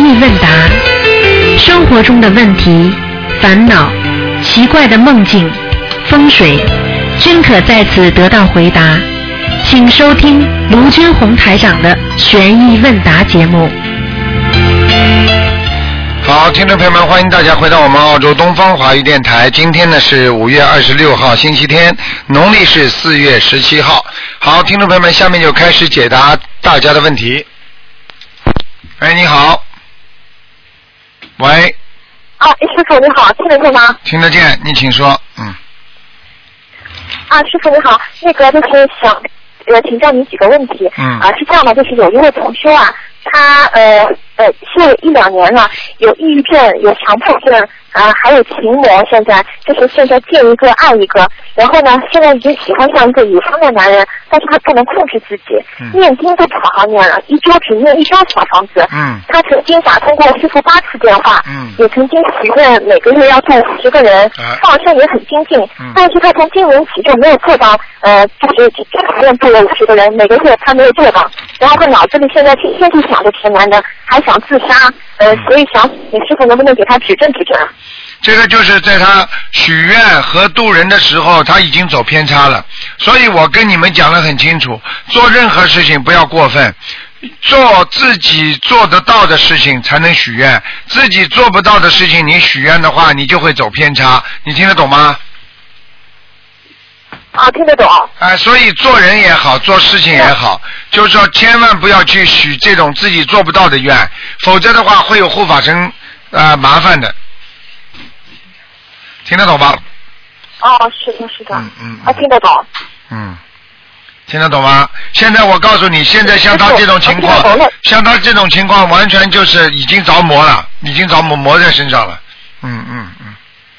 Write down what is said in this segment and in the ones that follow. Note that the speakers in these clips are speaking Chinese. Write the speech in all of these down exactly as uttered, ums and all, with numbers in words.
意问答，生活中的问题、烦恼、奇怪的梦境、风水，均可在此得到回答。请收听卢军红台长的悬疑问答节目。 好，听众朋友们，欢迎大家回到我们澳洲东方华语电台。今天呢是五月二十六号，星期天，农历是四月十七号。好，听众朋友们，下面就开始解答大家的问题。哎，你好。喂。 啊，师傅你好，听得见吗？ 听得见，你请说。嗯。 啊，师傅你好，那个就是想呃请教您几个问题。 嗯。 啊，是这样的，就是有一位同修啊，他呃呃修了一两年了，有抑郁症，有强迫症，啊还有情魔，现在就是现在见一个爱一个，然后呢现在已经喜欢上一个已婚的男人，但是他不能控制自己， 嗯、 念经都不好好念了，一周只念一张小房子。 嗯。 他曾经打通过师傅八次电话， 嗯， 也曾经许愿每个月要做五十个人， 啊、 放生也很精进， 嗯、 但是他从今年起就没有做到，呃，就是许愿做了五十个人，每个月他没有做到，然后他脑子里现在天天就想着这个男的，还想自杀，呃，所以想你师傅能不能给他指正指正？ 这个就是在他许愿和渡人的时候，他已经走偏差了。所以我跟你们讲得很清楚，做任何事情不要过分，做自己做得到的事情才能许愿，自己做不到的事情你许愿的话，你就会走偏差。你听得懂吗？ 啊，听得懂。 哎、呃，所以做人也好，做事情也好，就是说千万不要去许这种自己做不到的愿，否则的话会有护法神呃麻烦的。听得懂吧？ 哦，是的，是的。 嗯嗯。 啊，听得懂。 嗯，听得懂吗？现在我告诉你，现在像他这种情况，像他这种情况，完全就是已经着魔了，已经着魔魔在身上了。嗯嗯嗯。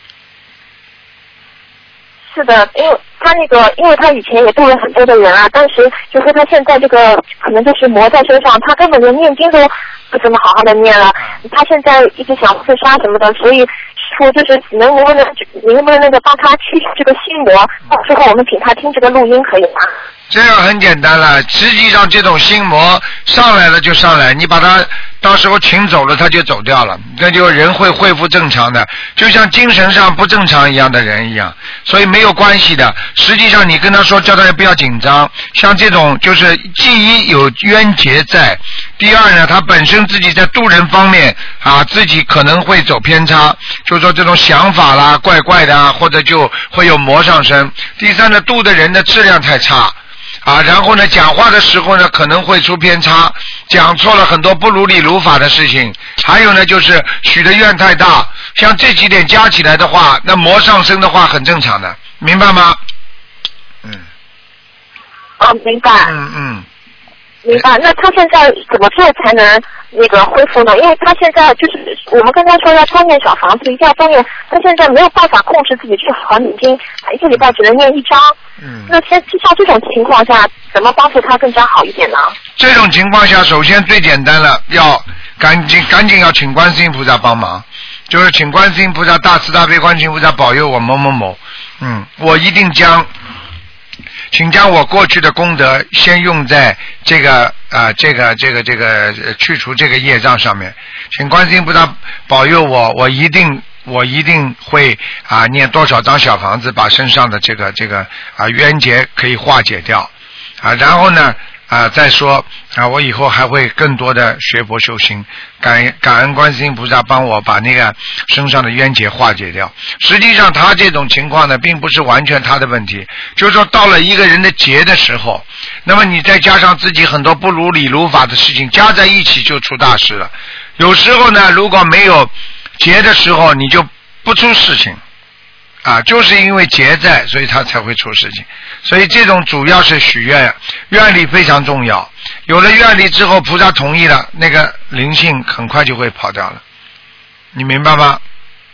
是的，因为他那个，因为他以前也度了很多的人啊，但是就是他现在这个可能就是魔在身上，他根本连念经都不怎么好好的念了。他现在一直想自杀什么的，所以说就是能不能你能不能那个帮他驱除这个心魔？到时候我们请他听这个录音可以吗？ 这样很简单了，实际上这种心魔上来了就上来，你把它到时候请走了，他就走掉了，那就人会恢复正常的，就像精神上不正常一样的人一样，所以没有关系的。实际上你跟他说，叫他不要紧张，像这种就是第一有冤结在，第二呢，他本身自己在渡人方面啊，自己可能会走偏差，就是说这种想法啦怪怪的啊，或者就会有魔上身。第三呢，渡的人的质量太差。啊，然后呢，讲话的时候呢，可能会出偏差，讲错了很多不如理如法的事情。还有呢，就是许的愿太大，像这几点加起来的话，那魔上升的话很正常的，明白吗？嗯。 哦，明白。 嗯嗯。 明白。那他现在怎么做才能那个恢复呢？因为他现在就是我们跟他说要多念小房子，一定要多念，他现在没有办法控制自己去好好念经，一个礼拜只能念一章。 嗯。 那像像这种情况下，怎么帮助他更加好一点呢？ 这种情况下，首先最简单了，要赶紧赶紧要请观世音菩萨帮忙，就是请观世音菩萨大慈大悲观世音菩萨保佑我某某某，嗯，我一定将。请将我过去的功德先用在这个啊、呃，这个这个这个去除这个业障上面，请观世音菩萨保佑我，我一定我一定会啊念多少张小房子，把身上的这个这个啊冤结可以化解掉啊，然后呢啊再说啊，我以后还会更多的学佛修行，感感恩观世音菩萨帮我把那个身上的冤结化解掉。实际上他这种情况呢，并不是完全他的问题，就是说到了一个人的劫的时候，那么你再加上自己很多不如理如法的事情加在一起，就出大事了。有时候呢，如果没有劫的时候，你就不出事情啊，就是因为劫在，所以他才会出事情。所以这种主要是许愿，愿力非常重要。有了愿力之后，菩萨同意了，那个灵性很快就会跑掉了。你明白吗？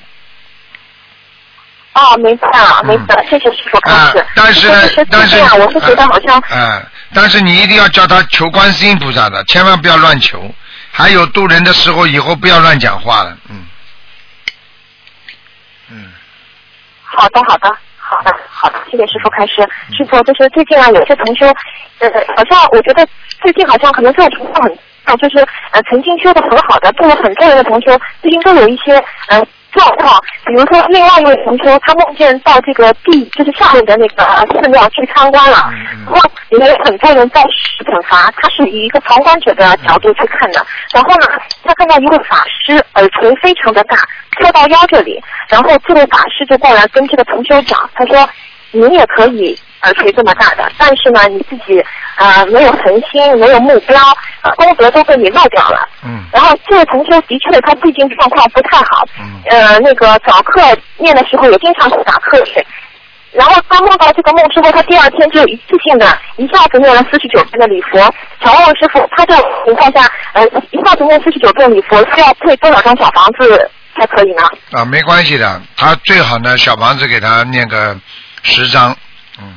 哦，明白了，明白了，谢谢师傅开始。 但是呢，但是我是觉得好像， 嗯、呃，但是你一定要叫他求观世音菩萨的，千万不要乱求。还有渡人的时候，以后不要乱讲话了，嗯，嗯。 好的，好的。好的，好的，谢谢师傅开始。师傅，就是最近啊，有些同修，呃，好像我觉得最近好像可能这种情况很就是呃曾经修的很好的，度了很多人的同修，最近都有一些呃状况，比如说另外一位同修，他梦见到这个地就是下面的那个寺庙去参观了，然后里面有很多人在施惩罚，他是以一个旁观者的角度去看的。然后呢，他看到一位法师耳垂非常的大，跳到腰这里，然后这位法师就过来跟这个同修讲，他说你也可以耳垂这么大的，但是呢你自己呃没有恒心，没有目标，呃功德都被你漏掉了。嗯。然后这位同修的确他最近状况不太好，嗯。呃那个早课念的时候也经常是打瞌睡，然后他梦到这个梦之后，他第二天就一次性的一下子念了四十九遍的礼佛。想问问师傅，他这种情况下，呃一下子念四十九遍礼佛需要配多少张小房子才可以呢？ 啊，没关系的，他最好呢小房子给他念个十张。嗯。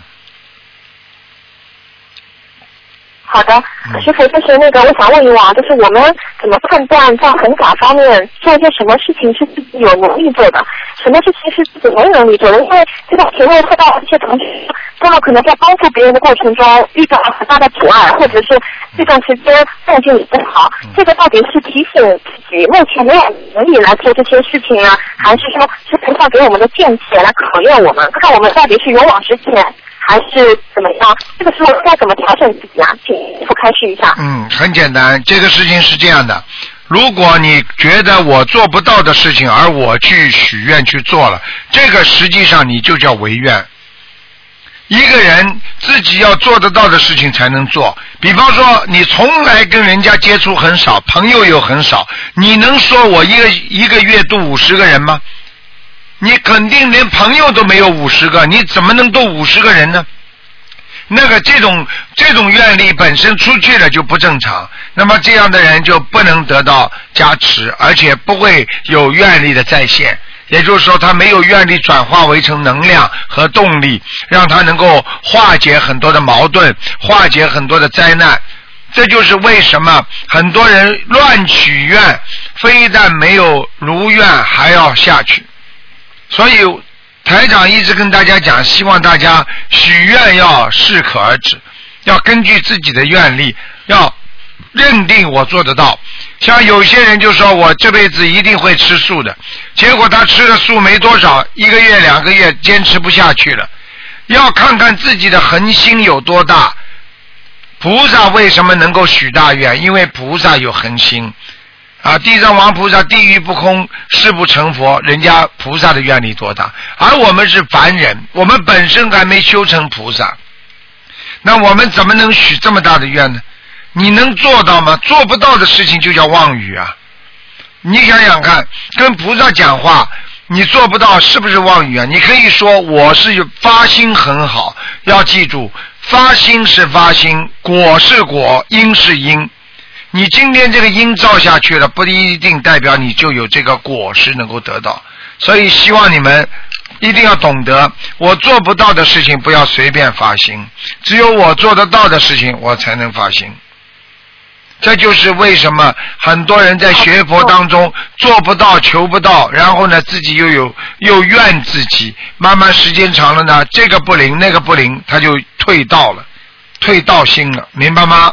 好的，师傅，就是那个我想问一问啊，就是我们怎么判断在弘法方面做一些什么事情是自己有能力做的，什么事情是自己没能力做的？因为这个前面说到一些同学，他们可能在帮助别人的过程中遇到了很大的阻碍，或者是这段时间动静也不好，这个到底是提醒自己目前没有能力来做这些事情呢，还是说是菩萨给我们的见解来考验我们，看我们到底是勇往直前还是怎么样？这个时候该怎么调整自己啊？请师父开示一下。 嗯，很简单，这个事情是这样的，如果你觉得我做不到的事情，而我去许愿去做了，这个实际上你就叫违愿。一个人自己要做得到的事情才能做，比方说你从来跟人家接触很少，朋友又很少，你能说我一个一个月度五十个人吗？你肯定连朋友都没有五十个，你怎么能度五十个人呢？那个这种这种愿力本身出去了就不正常，那么这样的人就不能得到加持，而且不会有愿力的再现，也就是说他没有愿力转化为成能量和动力，让他能够化解很多的矛盾，化解很多的灾难。这就是为什么很多人乱许愿，非但没有如愿还要下去。所以台长一直跟大家讲，希望大家许愿要适可而止，要根据自己的愿力，要认定我做得到。像有些人就说我这辈子一定会吃素的，结果他吃的素没多少，一个月两个月坚持不下去了。要看看自己的恒心有多大。菩萨为什么能够许大愿？因为菩萨有恒心啊，地藏王菩萨地狱不空，誓不成佛，人家菩萨的愿力多大，而我们是凡人，我们本身还没修成菩萨，那我们怎么能许这么大的愿呢？你能做到吗？做不到的事情就叫妄语啊！你想想看，跟菩萨讲话你做不到是不是妄语啊？你可以说我是发心很好，要记住发心是发心，果是果，因是因。你今天这个因造下去了，不一定代表你就有这个果实能够得到。所以希望你们一定要懂得，我做不到的事情不要随便发心，只有我做得到的事情我才能发心。这就是为什么很多人在学佛当中做不到求不到，然后呢自己又有又怨自己，慢慢时间长了呢，这个不灵那个不灵，他就退道了，退道心了，明白吗？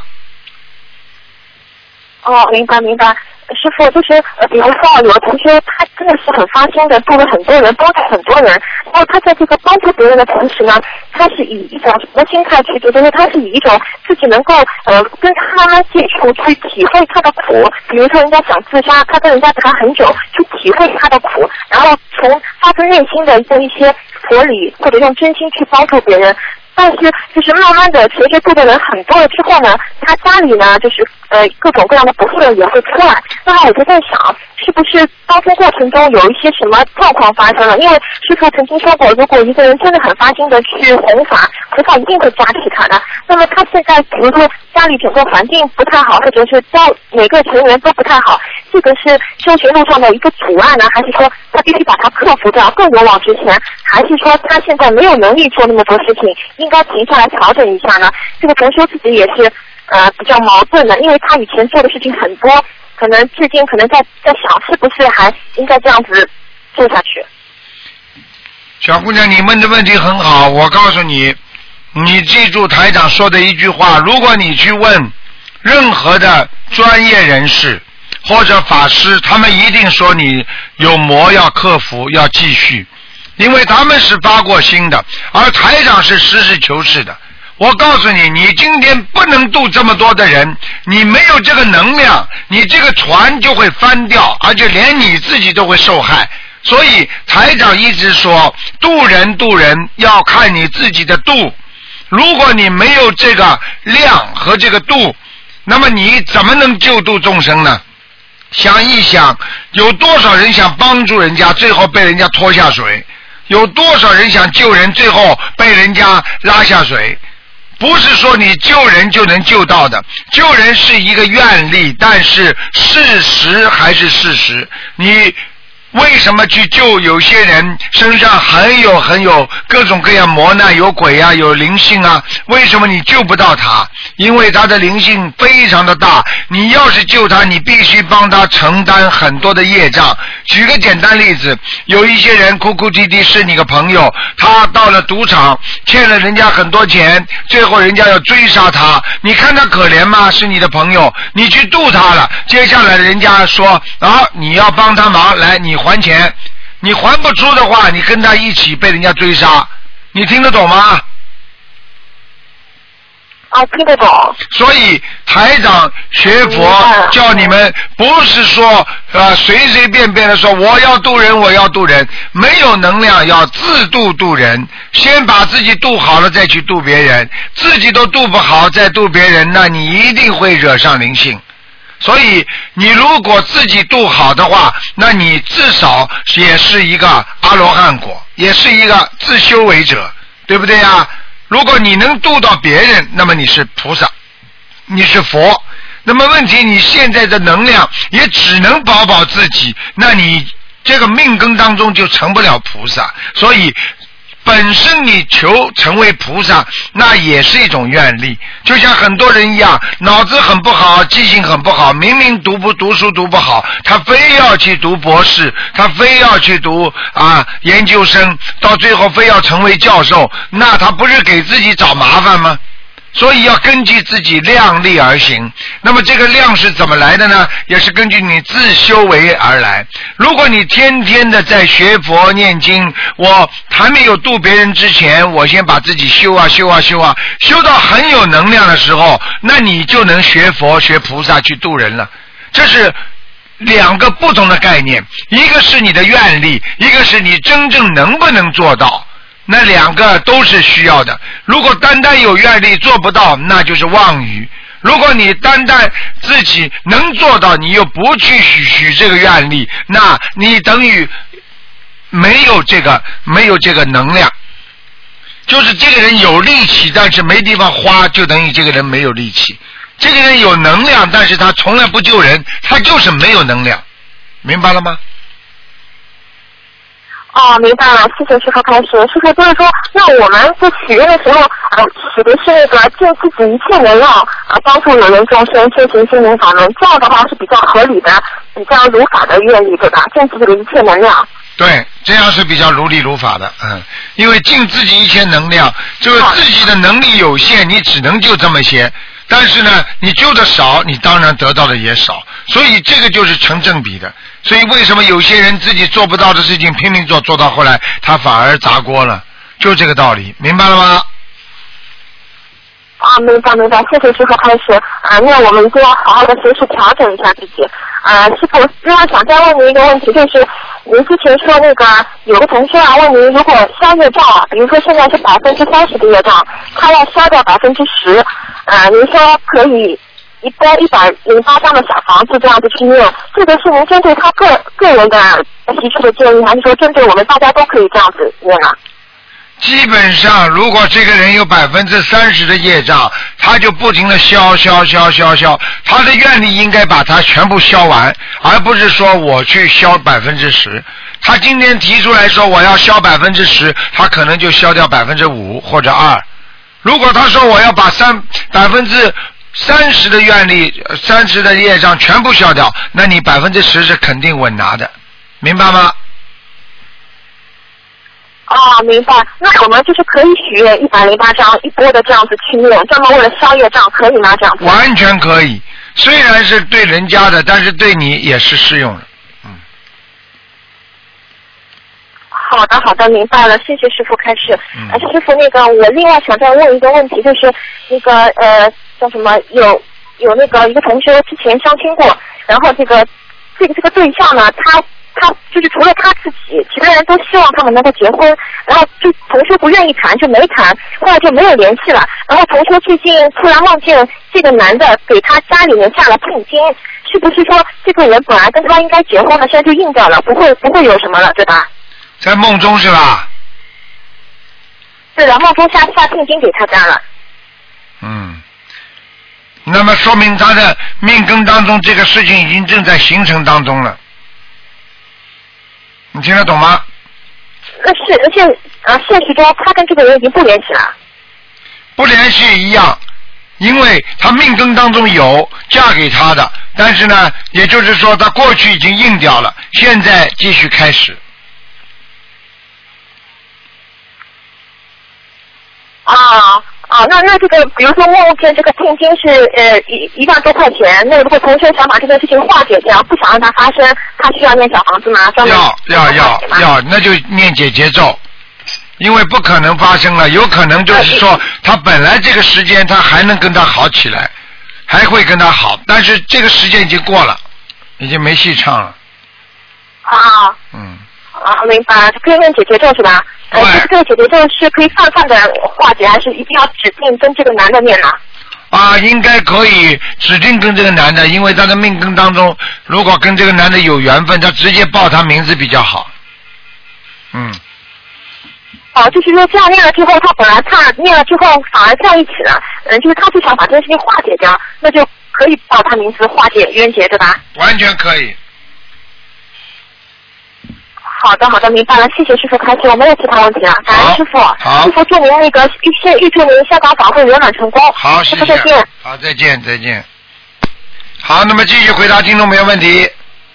哦，明白明白。师傅，就是呃，比如说有的同学他真的是很发心的，助了很多人，帮助很多人，然后他在这个帮助别人的同时呢，他是以一种什么心态去做？就是他是以一种自己能够呃跟他接触，去体会他的苦。比如说人家想自杀，他跟人家谈很久，去体会他的苦，然后从发自内心的用一些佛理或者用真心去帮助别人。但是就是慢慢的随着助的人很多了之后呢，他家里呢就是呃各种各样的不顺也会出来。那么我就在想，是不是当中过程中有一些什么状况发生了？因为师父曾经说过，如果一个人真的很发心的去弘法，菩萨一定会加持他的。那么他现在比如说家里整个环境不太好，或者是家每个成员都不太好，这个是修学路上的一个阻碍呢，还是说他必须把它克服掉，更勇往直前？还是说他现在没有能力做那么多事情，应该停下来调整一下呢？这个同修自己也是呃比较矛盾的，因为他以前做的事情很多，可能至今可能在在想是不是还应该这样子做下去。 小姑娘，你问的问题很好，我告诉你，你记住台长说的一句话，如果你去问任何的专业人士或者法师，他们一定说你有魔要克服，要继续，因为他们是发过心的，而台长是实事求是的。我告诉你，你今天不能度这么多的人，你没有这个能量，你这个船就会翻掉，而且连你自己都会受害。所以台长一直说，度人度人要看你自己的度，如果你没有这个量和这个度，那么你怎么能救度众生呢？想一想，有多少人想帮助人家，最后被人家拖下水？有多少人想救人，最后被人家拉下水？不是说你救人就能救到的，救人是一个愿力，但是事实还是事实。你为什么去救有些人身上很有很有各种各样磨难，有鬼啊，有灵性啊？为什么你救不到他？因为他的灵性非常的大，你要是救他，你必须帮他承担很多的业障。举个简单例子，有一些人哭哭啼啼是你个朋友，他到了赌场欠了人家很多钱，最后人家要追杀他，你看他可怜吗？是你的朋友，你去渡他了，接下来人家说啊，你要帮他忙，来你还钱，你还不出的话，你跟他一起被人家追杀，你听得懂吗？ 啊，听得懂。 所以台长学佛叫你们不是说呃随随便便的说我要渡人我要渡人，没有能量要自渡渡人，先把自己渡好了再去渡别人，自己都渡不好再渡别人，那你一定会惹上灵性。所以你如果自己度好的话，那你至少也是一个阿罗汉果，也是一个自修为者，对不对呀？如果你能度到别人，那么你是菩萨，你是佛。那么问题你现在的能量也只能保保自己，那你这个命根当中就成不了菩萨。所以本身你求成为菩萨，那也是一种愿力。就像很多人一样，脑子很不好，记性很不好，明明读不读书读不好，他非要去读博士，他非要去读啊研究生，到最后非要成为教授，那他不是给自己找麻烦吗？所以要根据自己量力而行。那么这个量是怎么来的呢？也是根据你自修为而来。如果你天天的在学佛念经，我还没有度别人之前，我先把自己修啊修啊修啊，修到很有能量的时候，那你就能学佛学菩萨去度人了。这是两个不同的概念，一个是你的愿力，一个是你真正能不能做到。那两个都是需要的。如果单单有愿力做不到，那就是妄语。如果你单单自己能做到，你又不去许许这个愿力，那你等于没有这个没有这个能量。就是这个人有力气，但是没地方花，就等于这个人没有力气。这个人有能量，但是他从来不救人，他就是没有能量。明白了吗？ 哦，明白了，谢谢师傅开始。师傅就是说，那我们在许愿的时候，呃，许的是那个尽自己一切能量，呃，帮助有缘众生修行心灵法门，这样的话是比较合理的，比较如法的愿力，对吧？尽自己的一切能量。 对，这样是比较如理如法的，嗯，因为尽自己一切能量，就是自己的能力有限，你只能就这么些。但是呢，你救的少，你当然得到的也少，所以这个就是成正比的。所以为什么有些人自己做不到的事情拼命做，做到后来他反而砸锅了，就这个道理，明白了吗？ 啊，明白明白，谢谢师傅开始。啊，那我们一定要好好的随时调整一下自己。啊，师傅，另外想再问您一个问题，就是您之前说那个有个同学啊问您，如果消业障啊，比如说现在是百分之三十的业障，他要消掉百分之十，啊，您说可以一包一百零八张的小房子这样子去念，这个是您针对他个个人的提出的建议，还是说针对我们大家都可以这样子念呢？ 基本上如果这个人有百分之三十的业障，他就不停的消消消消消，他的愿力应该把它全部消完，而不是说我去消百分之十。他今天提出来说我要消百分之十，他可能就消掉百分之五或者二。如果他说我要把三百分之三十的愿力、三十的业障全部消掉，那你百分之十是肯定稳拿的，明白吗？ 哦，明白。那我们就是可以许愿一百零八张一波的这样子去念，专门为了消业障，可以吗？这样子？ 完全可以，虽然是对人家的，但是对你也是适用的。嗯。 好的，好的，明白了，谢谢师傅开始。 嗯。 而且师傅，那个我另外想再问一个问题，就是那个呃叫什么有有那个一个同学之前相亲过，然后这个这个这个对象呢，他。他就是除了他自己，其他人都希望他们能够结婚，然后就同学不愿意谈就没谈，后来就没有联系了。然后同学最近突然梦见这个男的给他家里面下了聘金，是不是说这个人本来跟他应该结婚了，现在就应掉了，不会不会有什么了，对吧？ 在梦中是吧？ 对的，梦中下下聘金给他家了。 嗯，那么说明他的命根当中这个事情已经正在形成当中了。你听得懂吗？ 那是，而且啊，现实中他跟这个人已经不联系了。 不联系一样，因为他命根当中有嫁给他的，但是呢，也就是说他过去已经应掉了，现在继续开始。 啊啊，那那这个，比如说梦见这个聘金是呃一一万多块钱，那如果同学想把这件事情化解掉，不想让它发生，他需要念小房子吗？ 要要要要，那就念解结咒，因为不可能发生了，有可能就是说他本来这个时间他还能跟他好起来，还会跟他好，但是这个时间已经过了，已经没戏唱了。 啊。 嗯。 啊，明白，可以念解结咒是吧？呃，这个解结咒是可以泛泛的化解，还是一定要指定跟这个男的念呢？ 啊，应该可以指定跟这个男的，因为他的命根当中，如果跟这个男的有缘分，他直接报他名字比较好。嗯。 哦，就是说这样念了之后，他本来他念了之后反而在一起了，嗯，就是他就想把这件事情化解掉，那就可以报他名字化解冤结，对吧？ 完全可以。 好的，好的，明白了，谢谢师傅开始，我没有其他问题了，感恩师傅。 好， 师傅祝您那个预先预祝您香港法会圆满成功。 好，谢谢。 师傅再见。 好，再见，再见。好，那么继续回答听众没有问题。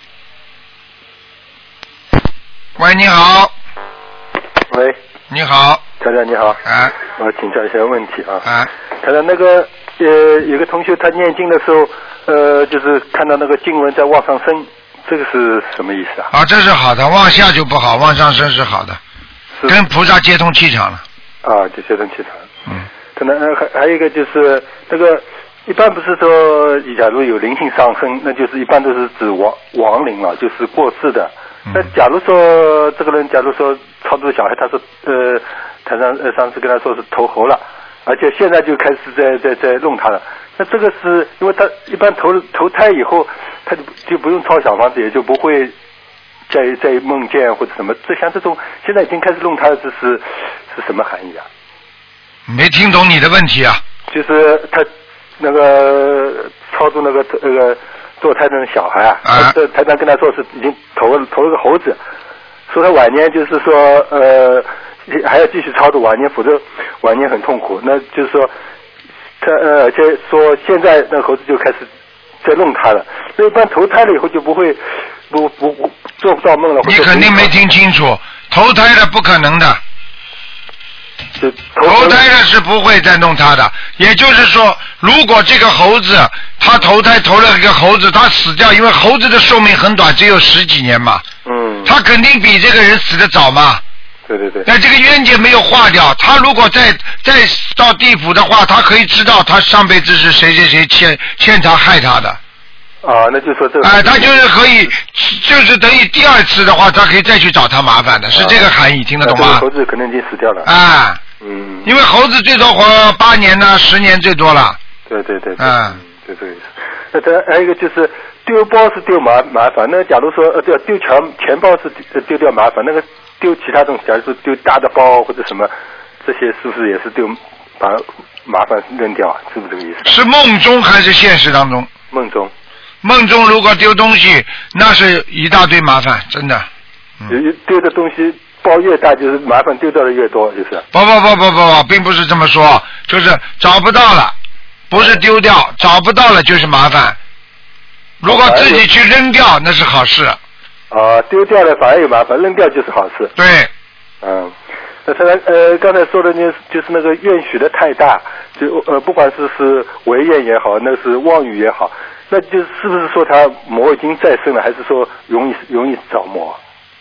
喂，你好。 喂。 你好。 台长你好。 啊。 我请教一些问题啊。 啊。 台长，那个呃，有个同学他念经的时候，呃，就是看到那个经文在往上升。这个是什么意思啊？ 啊，这是好的，往下就不好，往上升是好的，跟菩萨接通气场了。 啊，就接通气场。 嗯。 可能还还有一个就是那个，一般不是说，假如有灵性上升，那就是一般都是指亡亡灵了，就是过世的。嗯、那假如说这个人，假如说超度小孩，他说呃，台上呃上次跟他说是投猴了，而且现在就开始在在在弄他了。那这个是因为他一般投投胎以后，他就就不用抄小房子，也就不会再再梦见或者什么。这像这种现在已经开始弄他的，这是是什么含义啊？ 没听懂你的问题啊。 就是他那个超度那个那个堕胎的那小孩啊，啊他台长跟他说是已经投了投了个猴子，说他晚年就是说呃还要继续超度晚年，否则晚年很痛苦。那就是说。他呃，而且说现在那猴子就开始在弄他了，那一般投胎了以后就不会不不不做不到梦了。 你肯定没听清楚，投胎了不可能的，投胎了是不会再弄他的。也就是说，如果这个猴子他投胎投了一个猴子，他死掉，因为猴子的寿命很短，只有十几年嘛， 嗯， 他肯定比这个人死得早嘛。 对对对。 那这个冤结没有化掉，他如果再再到地府的话，他可以知道他上辈子是谁谁谁欠欠他害他的。 啊，那就说这个。 哎、呃，他就是可以，就是等于第二次的话，他可以再去找他麻烦的，是这个含义，啊、听得懂吗？ 猴子可能已经死掉了。 啊。 嗯。 因为猴子最多活八年呢，十年最多了。 对对对。 嗯。 就这个意思。那这还有一个就是丢包是丢麻麻烦，那假如说呃丢丢钱钱包是丢掉麻烦，那个。丢其他东西，假如说丢大的包或者什么，这些是不是也是丢把麻烦扔掉啊？是不是这个意思？ 是梦中还是现实当中？ 梦中。 梦中如果丢东西，那是一大堆麻烦，真的。 嗯、丢的东西包越大，就是麻烦丢到的越多，就是。 不不不不不，并不是这么说，就是找不到了，不是丢掉，找不到了就是麻烦。如果自己去扔掉，那是好事。 啊，丢掉了反而有麻烦，扔掉就是好事。 对， 嗯， 那他呃刚才说的呢，就是那个愿许的太大，就呃不管是是违愿也好，那是妄语也好，那就是不是说他魔已经再生了，还是说容易容易着魔？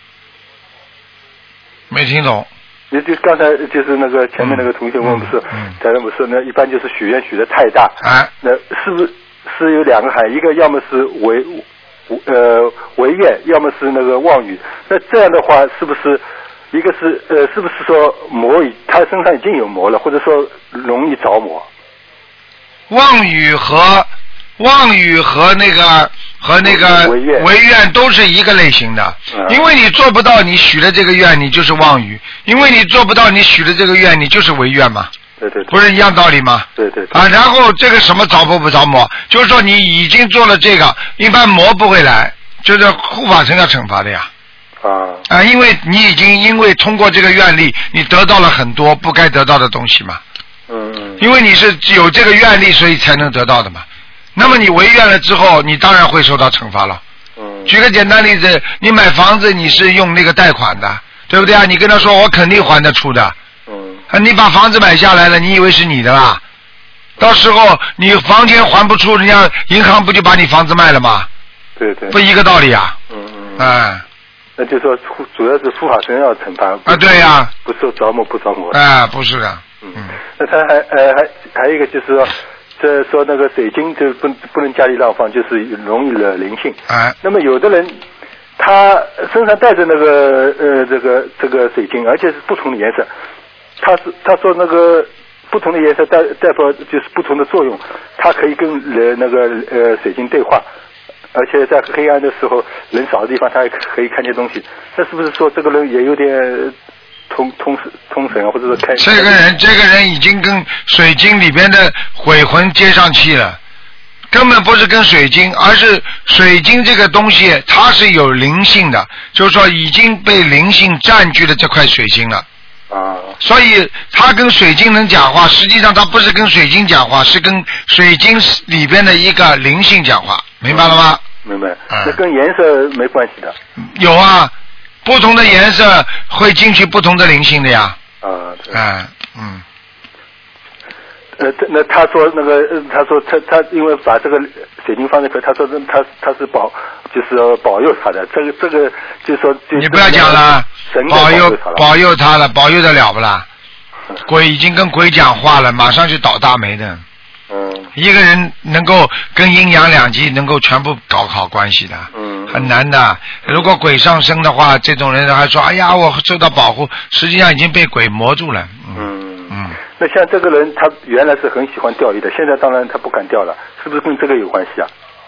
没听懂。 也就刚才就是那个前面那个同学问不是，台长不是，那一般就是许愿许的太大， 啊， 那是不是是有两个含义？一个要么是违呃违愿，要么是那个妄语。那这样的话，是不是一个是呃是不是说魔已他身上已经有魔了，或者说容易着魔？ 妄语和妄语和那个和那个违愿都是一个类型的，因为你做不到你许的这个愿，你就是妄语；因为你做不到你许的这个愿，你就是违愿嘛。 对对， 不是一样道理吗？ 对对啊，然后这个什么着魔不着魔，就是说你已经做了这个，一般魔不会来，就是护法神要惩罚的呀。 啊啊，因为你已经因为通过这个愿力，你得到了很多不该得到的东西嘛。 嗯嗯。 因为你是有这个愿力，所以才能得到的嘛。那么你违愿了之后，你当然会受到惩罚了。 嗯。 举个简单例子，你买房子你是用那个贷款的，对不对啊？你跟他说我肯定还得出的。 嗯。 啊，你把房子买下来了，你以为是你的啦？到时候你房钱还不出，人家银行不就把你房子卖了吗？ 对对。 不一个道理啊。 嗯嗯。 哎。 那就说主要是护法神要惩罚。 啊，对呀、啊。 不受着魔不着魔。 啊，不是的。 嗯。那他还呃还还有一个就是说。这说那个水晶就不不能家里乱放，就是容易惹灵性。 哎。 那么有的人他身上带着那个呃这个这个水晶，而且是不同的颜色。他是他说那个不同的颜色代代表就是不同的作用，它可以跟人那个呃水晶对话，而且在黑暗的时候人少的地方，他还可以看见东西。那是不是说这个人也有点？通通通神啊，或者是开。 这个人，这个人已经跟水晶里边的鬼魂接上气了，根本不是跟水晶，而是水晶这个东西，它是有灵性的，就是说已经被灵性占据了这块水晶了。 啊。 所以他跟水晶能讲话，实际上他不是跟水晶讲话，是跟水晶里边的一个灵性讲话，明白了吗？ 明白。嗯、那跟颜色没关系的。 有啊。不同的颜色会进去不同的灵性的呀。 啊，对。 啊，嗯。 呃，那他说那个，他说他他因为把这个水晶放在这，他说他他是保，就是保佑他的。这个这个就是说就。 你不要讲了，保佑保佑他了，保佑得了不啦？鬼已经跟鬼讲话了，马上就倒大霉的。 嗯。 一个人能够跟阴阳两极能够全部搞好关系的。 嗯。 很难的。如果鬼上身的话，这种人还说哎呀我受到保护，实际上已经被鬼磨住了。 嗯嗯。那像这个人他原来是很喜欢钓鱼的，现在当然他不敢钓了，是不是跟这个有关系啊？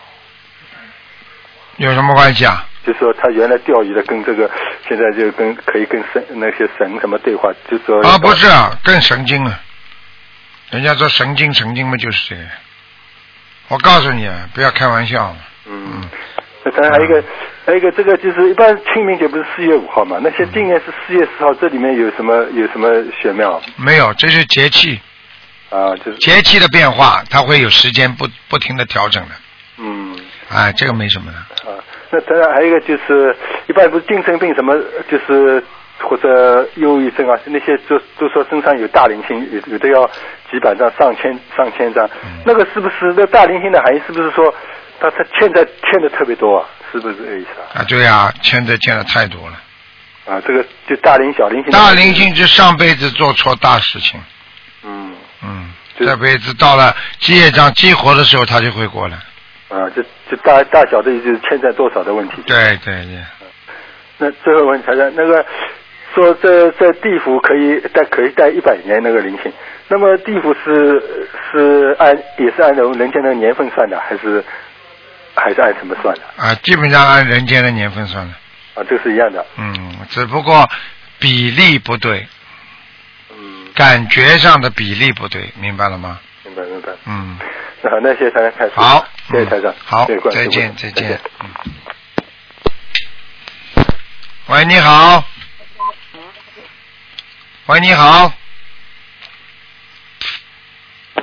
有什么关系啊？ 就是说他原来钓鱼的跟这个现在就跟可以跟神那些神什么对话，就是说啊不是啊，更神经了。人家说神经神经嘛就是这个。我告诉你不要开玩笑。 嗯。嗯那当然还有一个，还有一个这个就是一般清明节不是四月五号嘛？那些今年是四月四号，这里面有什么有什么玄妙？ 没有，这是节气。 啊，就是节气的变化，它会有时间不不停的调整的。 嗯。 哎，这个没什么的。 啊，那当然还有一个就是一般不是精神病什么，就是或者忧郁症啊，那些都都说身上有大灵性，有有的要几百张、上千上千张，嗯、那个是不是那大灵性的含义？是不是说？他他欠债欠的特别多啊，是不是这个意思啊？ 啊，对啊，欠的欠的太多了。 啊，这个就大灵小灵性。 大灵性就上辈子做错大事情。 嗯。 嗯。这辈子到了业障激活的时候，他就会过来。 啊，就就大大小的就是欠债多少的问题。 对对对。 那最后问题，那个说这在地府可以带可以带一百年那个灵性，那么地府是是按也是按照人间的年份算的，还是？还是按什么算的？ 啊，基本上按人间的年份算的。 啊，这是一样的。 嗯，只不过比例不对。 嗯。 感觉上的比例不对，明白了吗？ 明白明白。 嗯。 那好，那谢谢台长开始。 好， 谢谢台长。 好， 谢谢再见再见。 嗯。 喂，你好。喂，你好。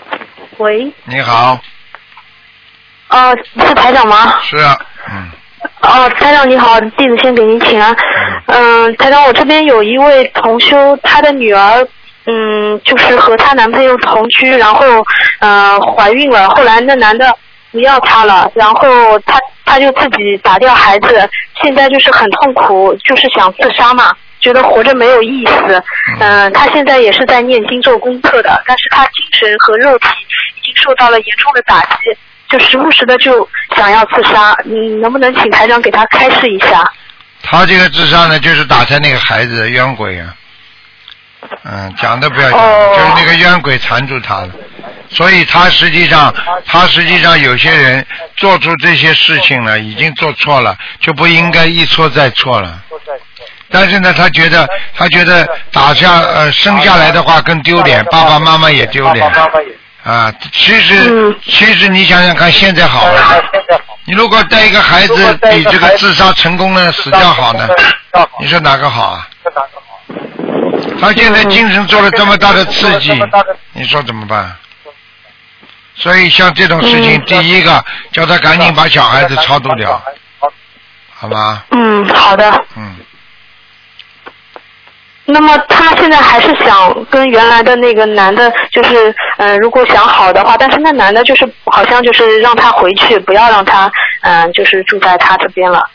喂。 你好。 呃，是台长吗？ 是啊，嗯。 哦，台长你好，弟子先给您请安。嗯、呃，台长，我这边有一位同修，她的女儿，嗯，就是和她男朋友同居，然后呃怀孕了，后来那男的不要她了，然后她她就自己打掉孩子，现在就是很痛苦，就是想自杀嘛，觉得活着没有意思。嗯、呃，她现在也是在念经做功课的，但是她精神和肉体已经受到了严重的打击。就时不时的就想要自杀，你能不能请台长给他开示一下？ 他这个自杀呢，就是打胎那个孩子的冤鬼啊，嗯，讲都不要讲，哦、就是那个冤鬼缠住他了，所以他实际上，他实际上有些人做出这些事情了，已经做错了，就不应该一错再错了。但是呢，他觉得他觉得打下呃生下来的话更丢脸，爸爸妈妈也丢脸。啊，其实、嗯、其实你想想看，现在好了。你如果带一个孩子比这个自杀成功了死掉好呢？你说哪个好啊？他现在精神受了这么大的刺激，你说怎么办？所以像这种事情，嗯、第一个叫他赶紧把小孩子超度掉，好吗？ 嗯，好的。 嗯。 那么他现在还是想跟原来的那个男的，就是嗯、呃，如果想好的话，但是那男的就是好像就是让他回去，不要让他嗯、呃，就是住在他这边了。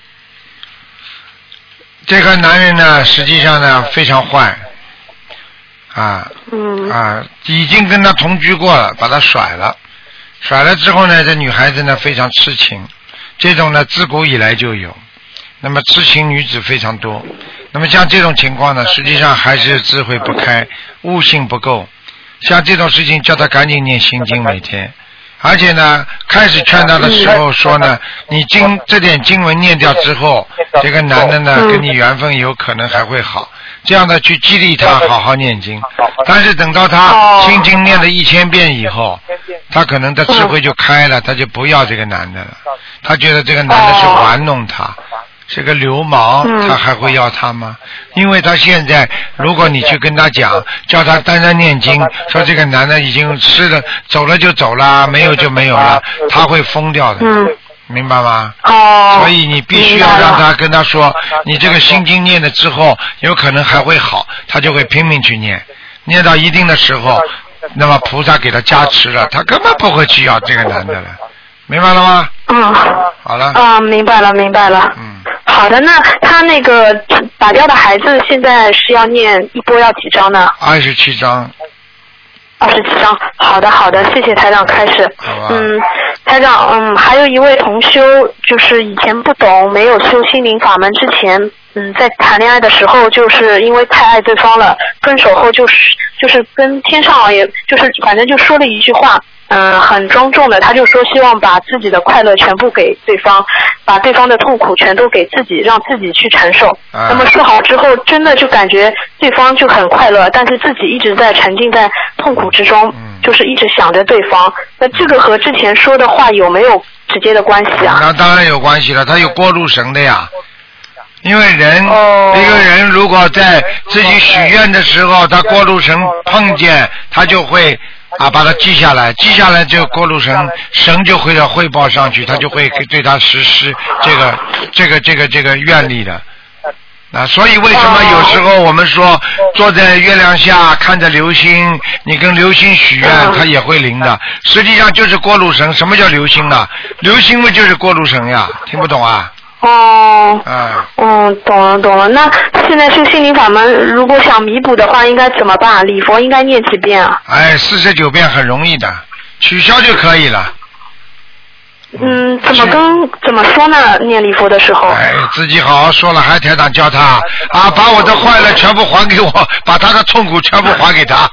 这个男人呢，实际上呢非常坏，啊， 嗯， 啊，已经跟他同居过了，把他甩了，甩了之后呢，这女孩子呢非常痴情，这种呢自古以来就有，那么痴情女子非常多。那么像这种情况呢，实际上还是智慧不开，悟性不够。像这种事情，叫他赶紧念心经每天。而且呢，开始劝他的时候说呢，你经这点经文念掉之后，这个男的呢跟你缘分有可能还会好，这样的去激励他好好念经。但是等到他心经念了一千遍以后，他可能的智慧就开了，他就不要这个男的了。他觉得这个男的是玩弄他。是个流氓，他还会要他吗？因为他现在，如果你去跟他讲，叫他单单念经，说这个男的已经吃了，走了就走了，没有就没有了，他会疯掉的，明白吗？ 哦。 所以你必须要让他跟他说，你这个心经念了之后，有可能还会好，他就会拼命去念，念到一定的时候，那么菩萨给他加持了，他根本不会去要这个男的了。明白了吗？ 嗯， 好了。 啊，明白了，明白了。 嗯， 好的，那他那个打掉的孩子现在是要念一波要几张呢？ 二十七张。 二十七张，好的好的，谢谢台长开始。嗯，台长，嗯，还有一位同修，就是以前不懂，没有修心灵法门之前，嗯，在谈恋爱的时候，就是因为太爱对方了，分手后就是就是跟天上也就是反正就说了一句话。嗯，很庄重的，他就说希望把自己的快乐全部给对方，把对方的痛苦全都给自己，让自己去承受。啊、那么说好之后，真的就感觉对方就很快乐，但是自己一直在沉浸在痛苦之中，嗯、就是一直想着对方。那这个和之前说的话有没有直接的关系啊？ 那当然有关系了，他有过路神的呀。因为人、哦、一个人如果在自己许愿的时候，他过路神碰见，他就会。啊，把它记下来，记下来就过路神神就会的汇报上去，他就会对他实施这个这个这个这个愿力的。啊，所以为什么有时候我们说坐在月亮下看着流星，你跟流星许愿，它也会灵的。实际上就是过路神。什么叫流星啊？流星嘛就是过路神呀，听不懂啊？ 哦， 嗯， 嗯，懂了懂了。那现在修心灵法门，如果想弥补的话，应该怎么办？礼佛应该念几遍啊？ 哎，四十九遍很容易的，取消就可以了。 嗯，怎么跟怎么说呢？念礼佛的时候， 哎，自己好好说了，还台长教他啊，把我的坏了全部还给我，把他的痛苦全部还给他。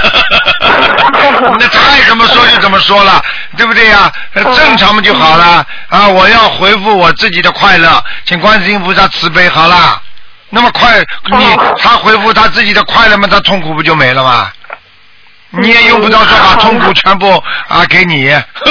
那他爱怎么说就怎么说了，对不对呀？正常嘛就好了啊！我要回复我自己的快乐，请观世音菩萨慈悲，好了。那么快，你他回复他自己的快乐嘛，他痛苦不就没了吗？你也用不着说把痛苦全部啊给你。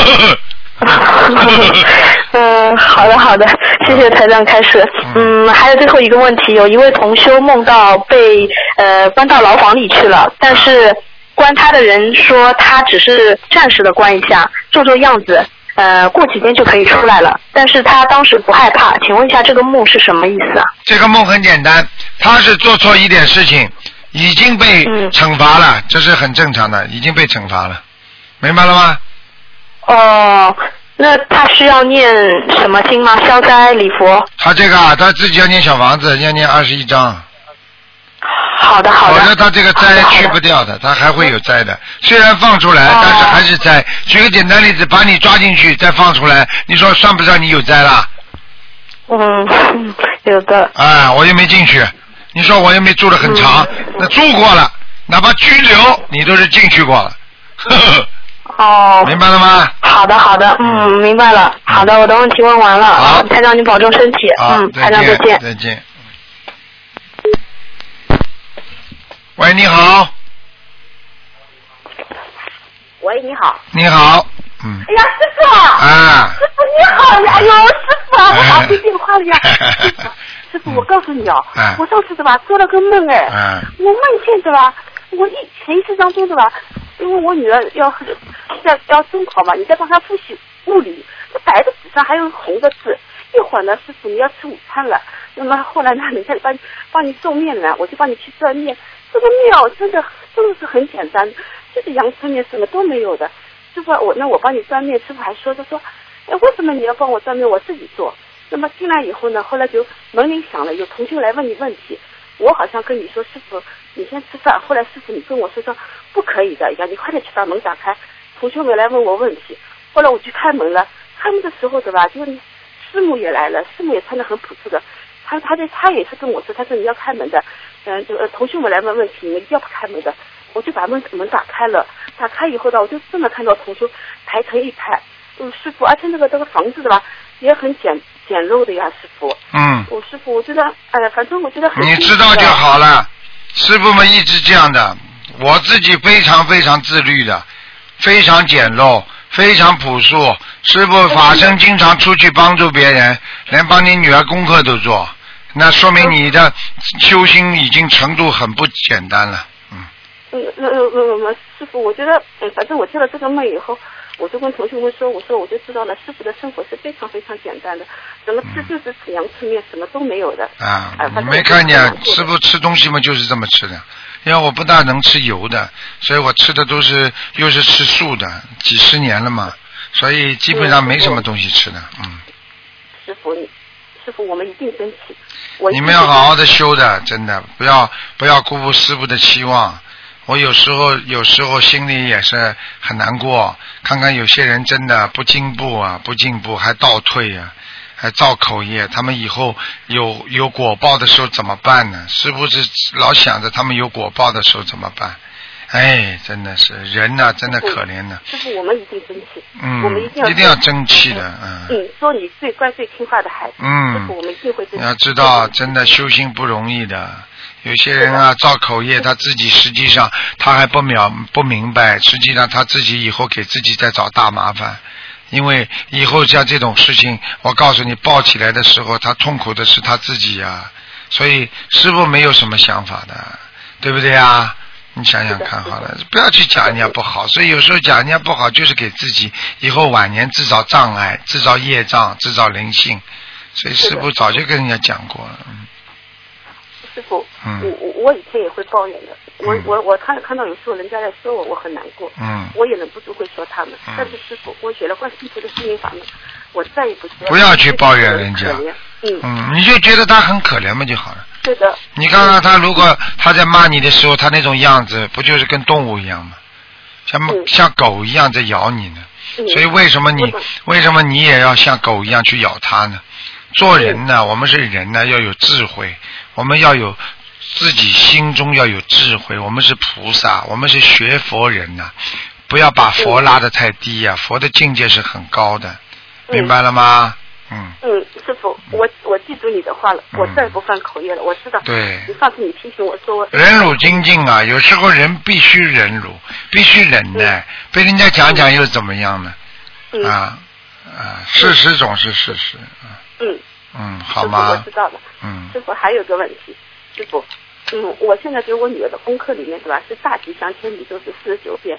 嗯，好的好的，谢谢台长开始。嗯，还有最后一个问题，有一位同修梦到被呃关到牢房里去了，但是关他的人说他只是暂时的关一下，做做样子， 呃，过几天就可以出来了。但是他当时不害怕，请问一下这个梦是什么意思啊？ 这个梦很简单，他是做错一点事情，已经被惩罚了，嗯、这是很正常的，已经被惩罚了，明白了吗？ 哦，那他需要念什么经吗？消灾礼佛？ 他这个啊，他自己要念小房子，要念二十一章。 好的好的。 否则他这个灾去不掉的，他还会有灾的。虽然放出来，但是还是灾。举个简单例子，把你抓进去再放出来，你说算不算你有灾了？ 嗯，有的。 啊，我又没进去，你说我又没住得很长，嗯、那住过了，哪怕拘留你都是进去过了。呵呵哦， 明白了吗？ 好的，好的，嗯，明白了。好的，我的问题问完了。 好， 台长，你保重身体。嗯，台长再见。 再见。喂，你好。 喂，你好。 你好，嗯。 哎呀，师傅。 啊。 师傅你好呀！哎呦，师傅啊，我好接电话了呀。师傅，师傅，我告诉你哦， 啊、 我上次对吧做了个梦哎， 啊、 我梦见对吧，我一潜意识当中对吧，因为我女儿要要要中考嘛，你在帮她复习物理，这白的纸上还有红的字。一会儿呢，师傅你要吃午餐了，那么后来呢，人家帮帮你做面呢，我就帮你去做面。这个面哦，真的真的是很简单，就是阳春面，什么都没有的。师傅，我那我帮你端面，师傅还说他说，哎，为什么你要帮我端面？我自己做。那么进来以后呢，后来就门铃响了，有同学来问你问题，我好像跟你说，师傅你先吃饭。后来师傅你跟我说说不可以的，呀，你快点去把门打开。同学们来问我问题，后来我去开门了，开门的时候对吧，就师母也来了，师母也穿得很朴素的。他他的他也是跟我说，他说你要开门的，嗯，就呃同学们来问问题，你们一定要不开门的。我就把门门打开了，打开以后呢，我就真的看到同学排成一排。嗯，师傅，而且那个这个房子的吧，也很简简陋的呀，师傅。 嗯。 我师傅，我觉得，哎、呃，反正我觉得很。 你知道就好了，师傅们一直这样的，我自己非常非常自律的，非常简陋，非常朴素。师傅法身经常出去帮助别人，连帮你女儿功课都做。那说明你的修心已经程度很不简单了，嗯。 嗯嗯嗯嗯，师傅，我觉得，嗯，反正我接了这个梦以后，我就跟同学们说，我说我就知道了，师傅的生活是非常非常简单的，怎么吃就是吃阳春面，什么都没有的。 啊，你没看见师傅吃东西嘛，就是这么吃的。因为我不大能吃油的，所以我吃的都是又是吃素的，几十年了嘛，所以基本上没什么东西吃的，嗯。 师傅，师傅，我们一定争气。 你们要好好的修的，真的不要不要辜负师父的期望。我有时候有时候心里也是很难过，看看有些人真的不进步啊，不进步还倒退啊，还造口业，他们以后有有果报的时候怎么办呢？是不是老想着他们有果报的时候怎么办？哎，真的是人呐、啊，真的可怜的。 师傅，我们一定争气。 嗯， 我们一定要一定要争气的，嗯。 嗯，做你最乖最听话的孩子。 嗯。 师傅，我们一定会争气。 你要知道，真的修心不容易的。有些人啊，造口业，他自己实际上他还不了不明白，实际上他自己以后给自己在找大麻烦。因为以后像这种事情，我告诉你，抱起来的时候，他痛苦的是他自己啊。所以师父没有什么想法的，对不对啊？你想想看好了，不要去讲人家不好。所以有时候讲人家不好，就是给自己以后晚年制造障碍、制造业障、制造灵性。所以师父早就跟人家讲过了。嗯。 师傅， 嗯， 我我以前也会抱怨的，我、嗯、我我看看到有时候人家在说我，我很难过， 嗯， 我也忍不住会说他们。 嗯、 但是师傅，我学了观世音菩萨心灵法门，我再也不需要不要去抱怨人家， 嗯嗯，你就觉得他很可怜嘛就好了。 对的。 你看看他，如果他在骂你的时候，他那种样子，不就是跟动物一样吗？像、嗯、像狗一样在咬你呢。嗯、所以为什么你为什么你也要像狗一样去咬他呢？做人呢，我们是人呢，要有智慧，我们要有自己心中要有智慧。我们是菩萨，我们是学佛人呐、啊，不要把佛拉得太低呀、啊。佛的境界是很高的，明白了吗？嗯。 嗯，师傅，我我记住你的话了，嗯、我再也不犯口业了。我知道。对。你上次你提醒我说。 忍辱精进啊，有时候人必须忍辱，必须忍耐，嗯、被人家讲讲又怎么样呢？嗯、啊啊，事实总是事实啊。 嗯嗯，好吗？ 我知道了。 嗯。 师傅还有个问题，师傅，嗯，我现在给我女儿的功课里面对吧，是大吉祥天女咒是四十九遍，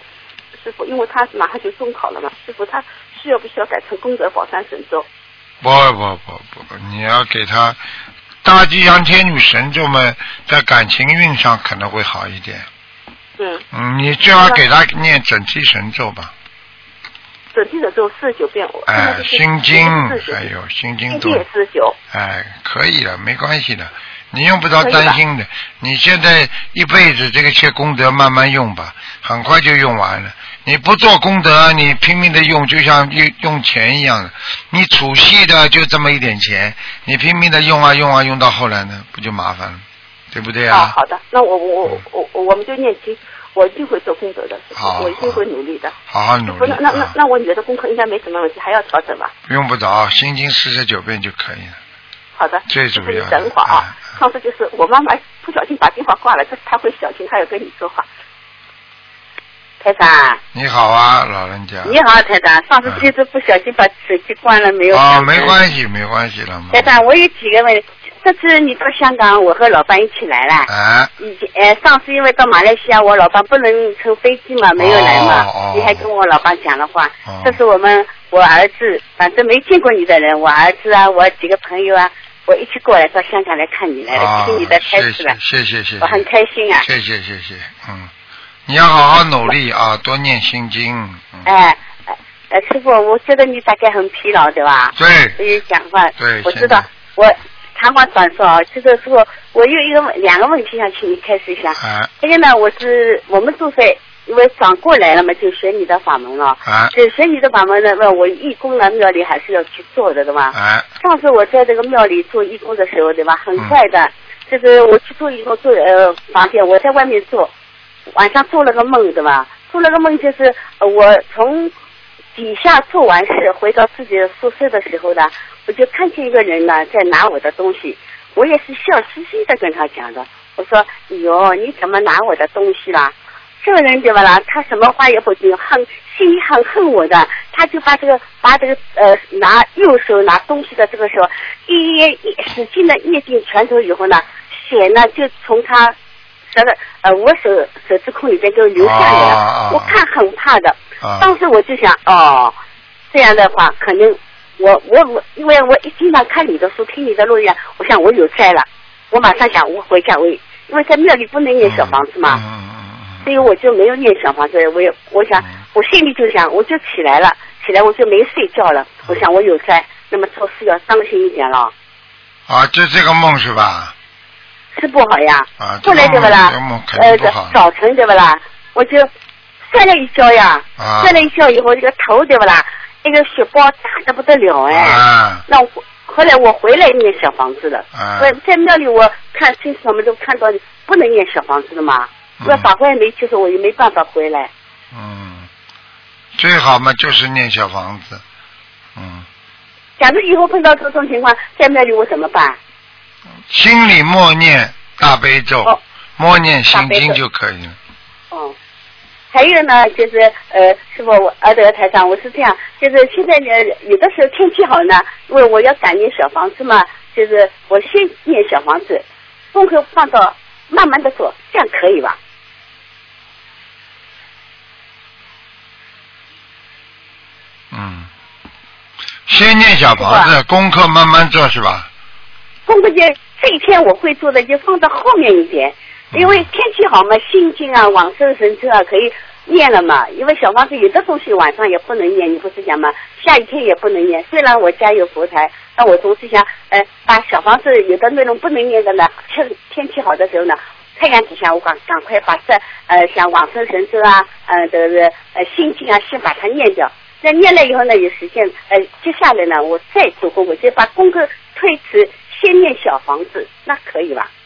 师傅，因为他马上就中考了嘛，师傅他需要不需要改成功德宝山神咒？ 不不不不，你要给他大吉祥天女神咒嘛，在感情运上可能会好一点。 嗯。 嗯，你最好给他念整体神咒吧。 整体神咒四十九遍。 哎，心经，哎呦，心经多。 心经也四十九。 哎，可以了，没关系的。你用不着担心的，你现在一辈子这个些功德慢慢用吧，很快就用完了。你不做功德，你拼命的用，就像用用钱一样的。你储蓄的就这么一点钱，你拼命的用啊用啊用到后来呢，不就麻烦了，对不对啊？ 啊，好的，那我我我我我们就念经，我一定会做功德的， 好， 我一定会努力的。 好好努力。 那那那那我女儿的功课应该没什么问题，还要调整吧？ 用不着，心经四十九遍就可以了。 好的， 最主要的。 等会儿啊，上次就是我妈妈不小心把电话挂了，这她会小心，她要跟你说话。台长。 你好啊，老人家。 你好，台长。上次就是不小心把手机关了，没有。 哦，没关系，没关系了。 台长，我有几个问题。这次你到香港，我和老伴一起来了。 啊。 以前呃，上次因为到马来西亚，我老伴不能乘飞机嘛，没有来嘛。 哦哦、 你还跟我老伴讲了话。 哦、 这是我们我儿子，反正没见过你的人，我儿子啊，我几个朋友啊。我一起过来到香港来看你来了， 啊、 听你的开始了， 谢谢谢谢， 我很开心啊。 谢谢谢谢，嗯，你要好好努力啊，多念心经。 嗯、哎，呃，师傅，我觉得你大概很疲劳，对吧？ 对。 所以讲话， 对， 我知道。我长话短说啊，这个师傅，我有一个两个问题想请你开始一下。 啊。 这个呢，我是我们住在。因为转过来了嘛，就学你的法门了。 啊。 就学你的法门呢，我义工呢庙里还是要去做的，对吧？ 啊。 上次我在这个庙里做义工的时候，对吧？很快的，嗯、就是我去做义工做呃房间，我在外面做，晚上做了个梦，对吧？做了个梦就是呃我从底下做完事回到自己的宿舍的时候呢，我就看见一个人呢在拿我的东西，我也是笑嘻嘻的跟他讲的，我说：“哟，你怎么拿我的东西啦？”这个人对吧啦？他什么话也不听，很心里很恨我的，他就把这个把这个呃拿右手拿东西的这个时候，一捏一使劲的捏进拳头以后呢，血呢就从他这个呃我手手指孔里边就流下来了， 啊、 我看很怕的。 啊、 当时我就想，哦，这样的话可能我我我，因为我一经常看你的书，听你的录音，我想我有灾了，我马上想我回家我因为在庙里不能念小房子嘛。 嗯嗯所以我就没有念小房子，我也我想，我心里就想，我就起来了，起来我就没睡觉了。我想我有灾，那么做事要当心一点了。 啊，就这个梦是吧？ 是不好呀。 啊， 后来对不啦？ 呃， 早晨对不啦？我就摔了一跤呀， 啊、 摔了一跤以后，这个头对不啦？那个血包大的不得了哎。 啊。 那我后来我回来念小房子了。 啊。 在在庙里我看亲戚他们都看到不能念小房子的嘛。我法官也没接受，我也没办法回来。 嗯，最好嘛就是念小房子。嗯。 假如以后碰到这种情况，在庙里我怎么办？ 心里默念大悲咒， 哦、 默念心经就可以了。 哦。还有呢，就是呃，师傅，我阿德台长，我是这样，就是现在呢，有的时候天气好呢，因为我要赶念小房子嘛，就是我先念小房子，功课放到慢慢的做，这样可以吧？ 嗯，先念小房子，功课慢慢做是吧？ 功课就这一天我会做的，就放到后面一点，因为天气好嘛，心经啊、往生神咒啊可以念了嘛。因为小房子有的东西晚上也不能念，你不是讲嘛，下雨天也不能念。虽然我家有佛台，但我总是想，呃，把小房子有的内容不能念的呢，天天气好的时候呢，太阳底下我赶赶快把这呃像往生神咒啊，呃这个呃心经啊，先把它念掉。那念了以后呢，有时间，呃，接下来呢，我再做功课，就把功课推迟，先念小房子，那可以吧？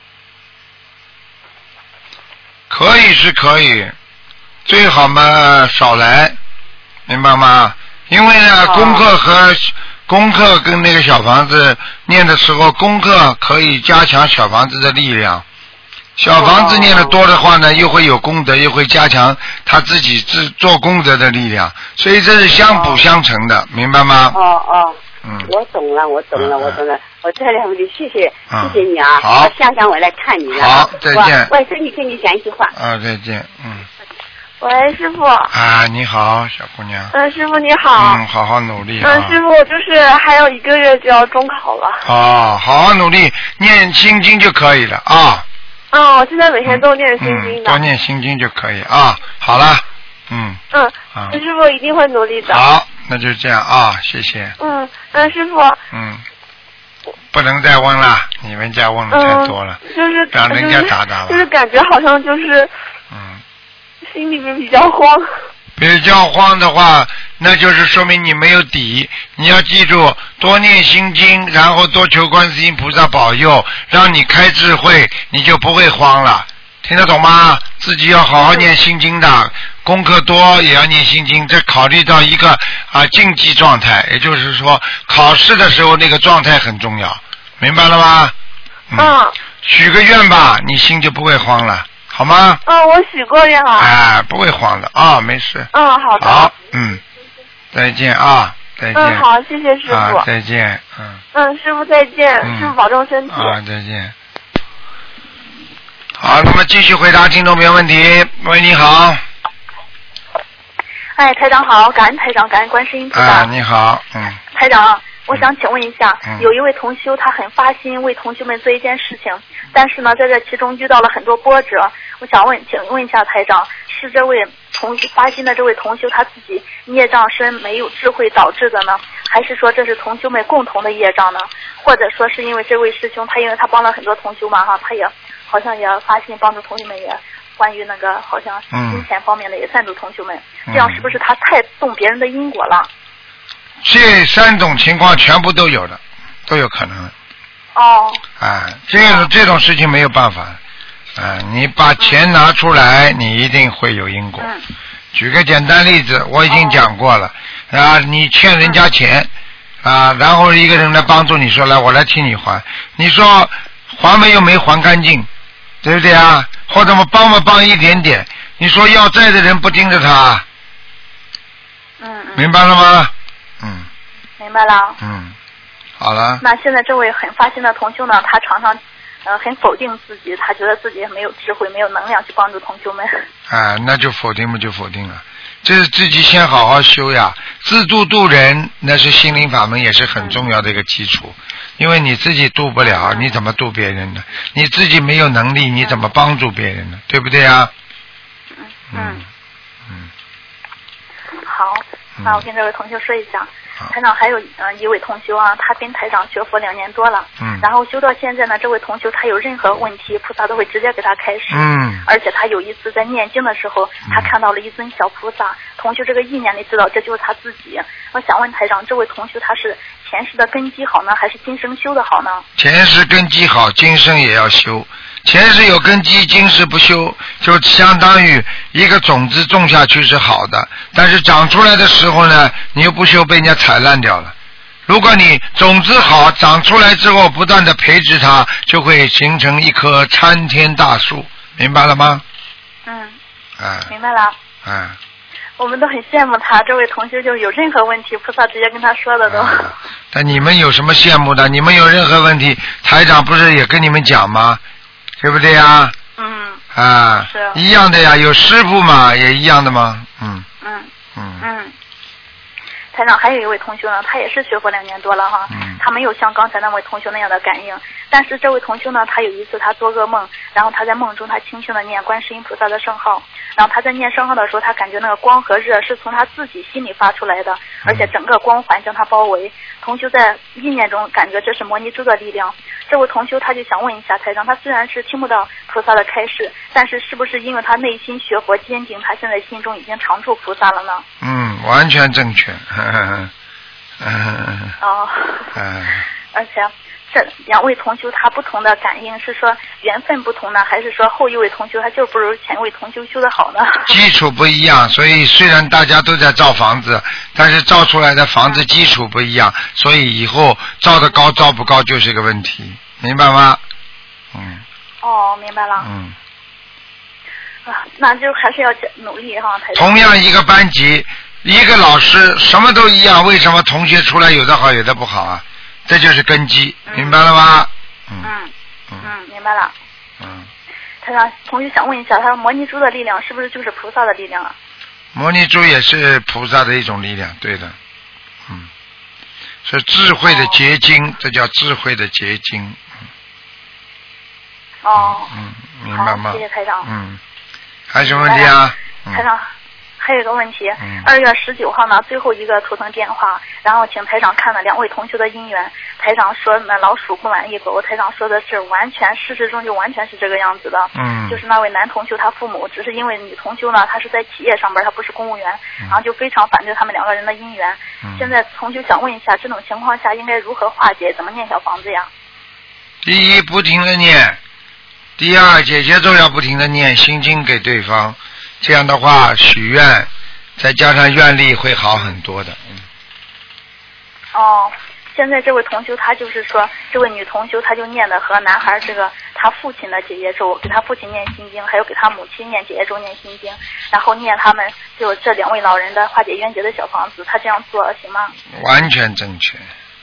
可以是可以，最好嘛少来，明白吗？因为呢， 哦、 功课和功课跟那个小房子念的时候，功课可以加强小房子的力量。小房子念的多的话呢，又会有功德，又会加强他自己自做功德的力量，所以这是相补相成的，明白吗？ 哦哦， 嗯， 我懂了，我懂了，嗯、我懂了。我这两句，谢谢， 嗯、 谢谢你啊！ 好， 香港我来看你了。 好，再见。 我外甥女跟你讲一句话。 啊，再见，嗯。 喂，师傅。 啊，你好，小姑娘。 嗯，师傅你好。 嗯，好好努力啊。 嗯，师傅，就是还有一个月就要中考了。 哦，好好努力，念心经就可以了啊。 嗯，我现在每天都念心经的。 嗯、多念心经就可以啊。好了，嗯。 嗯。 啊。 师傅一定会努力的。 好，那就这样啊，谢谢。 嗯嗯，师傅。 嗯。不能再问了，你们家问的太多了， 嗯、就是让人家打打了。 就是感觉好像就是， 嗯， 心里面比较慌。 比较慌的话，那就是说明你没有底。你要记住，多念心经，然后多求观世音菩萨保佑，让你开智慧，你就不会慌了。听得懂吗？自己要好好念心经的，功课多也要念心经。这考虑到一个啊竞技状态，也就是说考试的时候那个状态很重要，明白了吗？嗯。嗯许个愿吧，你心就不会慌了，好吗？ 嗯，我许过愿了。 哎，不会慌的啊，没事。 嗯，好的。 好，嗯，再见啊，再见。 嗯，好，谢谢师傅。 啊，再见，嗯。 嗯，师傅再见， 嗯、 师傅保重身体。 啊，再见。好，那么继续回答听众朋友问题。喂，你好。 哎，台长好，感恩台长，感恩观世音菩萨。 啊，你好，嗯。 台长，我想请问一下， 嗯、 有一位同修，他很发心为同修们做一件事情，但是呢，在这其中遇到了很多波折。我想问，请问一下台长，是这位同发心的这位同修他自己业障深、没有智慧导致的呢，还是说这是同修们共同的业障呢？或者说是因为这位师兄他因为他帮了很多同修嘛哈，他也好像也发心帮助同学们，也关于那个好像金钱方面的也赞助同学们， 嗯、 这样是不是他太动别人的因果了？ 这三种情况全部都有的，都有可能。 哦。 啊，这种这种事情没有办法。啊，你把钱拿出来，嗯、你一定会有因果。 嗯、 举个简单例子，我已经讲过了。哦、啊，你欠人家钱，嗯、啊，然后一个人来帮助你说，来，我来替你还。你说还没又没还干净，对不对啊？或者我帮嘛帮一点点，你说要债的人不盯着他， 嗯， 明白了吗？嗯。 明白了。 嗯，好了。 那现在这位很发心的同修呢，他常常。呃，很否定自己，他觉得自己没有智慧，没有能量去帮助同修们。 啊，那就否定嘛，就否定了。这是自己先好好修呀，自度度人，那是心灵法门，也是很重要的一个基础。嗯、因为你自己度不了，你怎么度别人呢？你自己没有能力，你怎么帮助别人呢？嗯、对不对啊？ 嗯嗯嗯。 好，那我跟这位同学说一下。台长还有呃一位同修啊，他跟台长学佛两年多了， 嗯， 然后修到现在呢，这位同修他有任何问题，菩萨都会直接给他开示， 嗯， 而且他有一次在念经的时候，他看到了一尊小菩萨，同修这个意念里知道这就是他自己。我想问台长，这位同修他是前世的根基好呢，还是今生修的好呢？ 前世根基好，今生也要修。前世有根基，今世不修，就相当于一个种子种下去是好的，但是长出来的时候呢，你又不修，被人家踩烂掉了。如果你种子好，长出来之后不断的培植它，就会形成一棵参天大树，明白了吗？ 嗯。 啊。 明白了。 啊。 我们都很羡慕他，这位同学就有任何问题，菩萨直接跟他说的都。 啊、但你们有什么羡慕的？你们有任何问题，台长不是也跟你们讲吗？对不对呀？ 嗯。 啊。 是。 一样的呀，有师傅嘛，也一样的嘛。嗯。 嗯。 嗯。 嗯。台长还有一位同学呢，他也是学佛两年多了哈， 嗯、 他没有像刚才那位同学那样的感应，但是这位同学呢，他有一次他做噩梦，然后他在梦中他轻轻的念观世音菩萨的圣号，然后他在念圣号的时候，他感觉那个光和热是从他自己心里发出来的，而且整个光环将他包围。同修在意念中感觉这是摩尼珠的力量。这位同修他就想问一下台长，他虽然是听不到菩萨的开示，但是是不是因为他内心学佛坚定，他现在心中已经常住菩萨了呢？ 嗯，完全正确。呵呵嗯、 哦。 嗯。 而且这两位同修他不同的感应是说缘分不同呢，还是说后一位同修他就不如前一位同修修得好呢？ 基础不一样，所以虽然大家都在造房子，但是造出来的房子基础不一样，所以以后造的高造不高就是个问题，明白吗？嗯。 哦，明白了。 嗯。 啊，那就还是要努力哈，台长。 同样一个班级，一个老师什么都一样，为什么同学出来有的好有的不好啊？这就是根基， 嗯、 明白了吗？ 嗯嗯嗯，明白了。 嗯。 他让同学想问一下，他摩尼珠的力量是不是就是菩萨的力量啊？ 摩尼珠也是菩萨的一种力量，对的，嗯，是智慧的结晶，哦、这叫智慧的结晶。 哦， 嗯，明白吗？ 谢谢台长。 嗯，还有什么问题啊？ 台长。还有一个问题，二、嗯、月十九号呢，最后一个图腾电话，然后请台长看了两位同学的姻缘。台长说呢，老鼠不满意狗，台长说的是完全事实中就完全是这个样子的。 嗯， 就是那位男同学他父母只是因为女同学呢，他是在企业上班，他不是公务员，嗯、然后就非常反对他们两个人的姻缘。嗯、现在同学想问一下，这种情况下应该如何化解？怎么念小房子呀？ 第一，不停的念；第二，姐姐咒要不停的念心经给对方。这样的话，许愿再加上愿力会好很多的。嗯。 哦，现在这位同修他就是说，这位女同修她就念的和男孩这个他父亲的解结咒，给他父亲念心经，还有给他母亲念解结咒念心经，然后念他们就这两位老人的化解冤结的小房子，他这样做行吗？ 完全正确。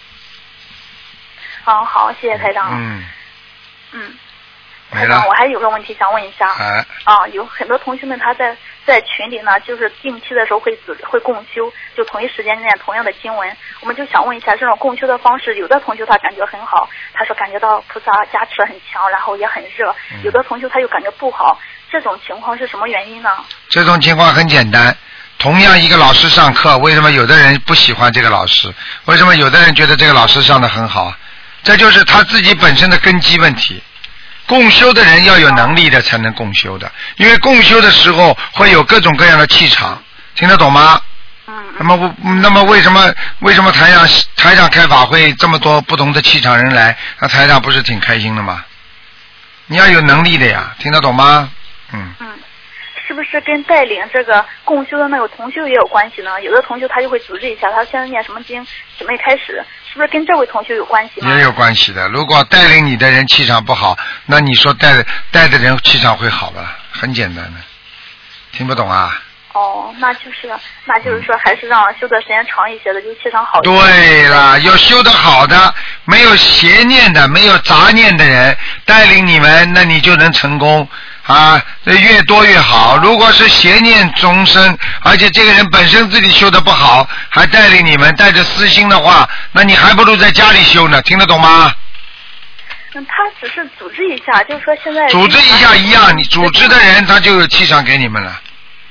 嗯，好，谢谢台长。 嗯。 嗯。台长，我还有个问题想问一下。 啊。 啊，有很多同学们他在在群里呢，就是定期的时候会组会共修，就同一时间念同样的经文。我们就想问一下，这种共修的方式，有的同学他感觉很好，他说感觉到菩萨加持很强，然后也很热； 嗯、 有的同学他又感觉不好，这种情况是什么原因呢？ 这种情况很简单，同样一个老师上课，为什么有的人不喜欢这个老师？为什么有的人觉得这个老师上的很好？这就是他自己本身的根基问题。共修的人要有能力的才能共修的，因为共修的时候会有各种各样的气场，听得懂吗？ 嗯。 那么，那么为什么为什么台上台上开法会这么多不同的气场人来，那台上不是挺开心的吗？你要有能力的呀，听得懂吗？嗯。 嗯。是不是跟带领这个共修的那个同修也有关系呢？有的同修他就会组织一下，他现在念什么经，准备开始，是不是跟这位同修有关系吗？ 也有关系的。如果带领你的人气场不好，那你说带带的人气场会好吧？很简单的，听不懂啊？ 哦，那就是那就是说，还是让修的时间长一些的，就气场好一些。 对了，有修得好的，没有邪念的，没有杂念的人带领你们，那你就能成功。啊，越多越好。如果是邪念终生，而且这个人本身自己修得不好，还带领你们带着私心的话，那你还不如在家里修呢，听得懂吗？ 嗯，他只是组织一下，就是说现在组织一下一样，你组织的人他就有气场给你们了。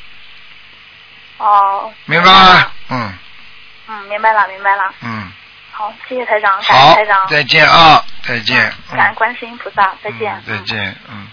哦。 明白吗？嗯。 嗯，明白了，明白了。 嗯。 好，谢谢台长，感恩台长。 再见啊，再见。 嗯、感恩观世音菩萨，再见。 嗯、再见，嗯。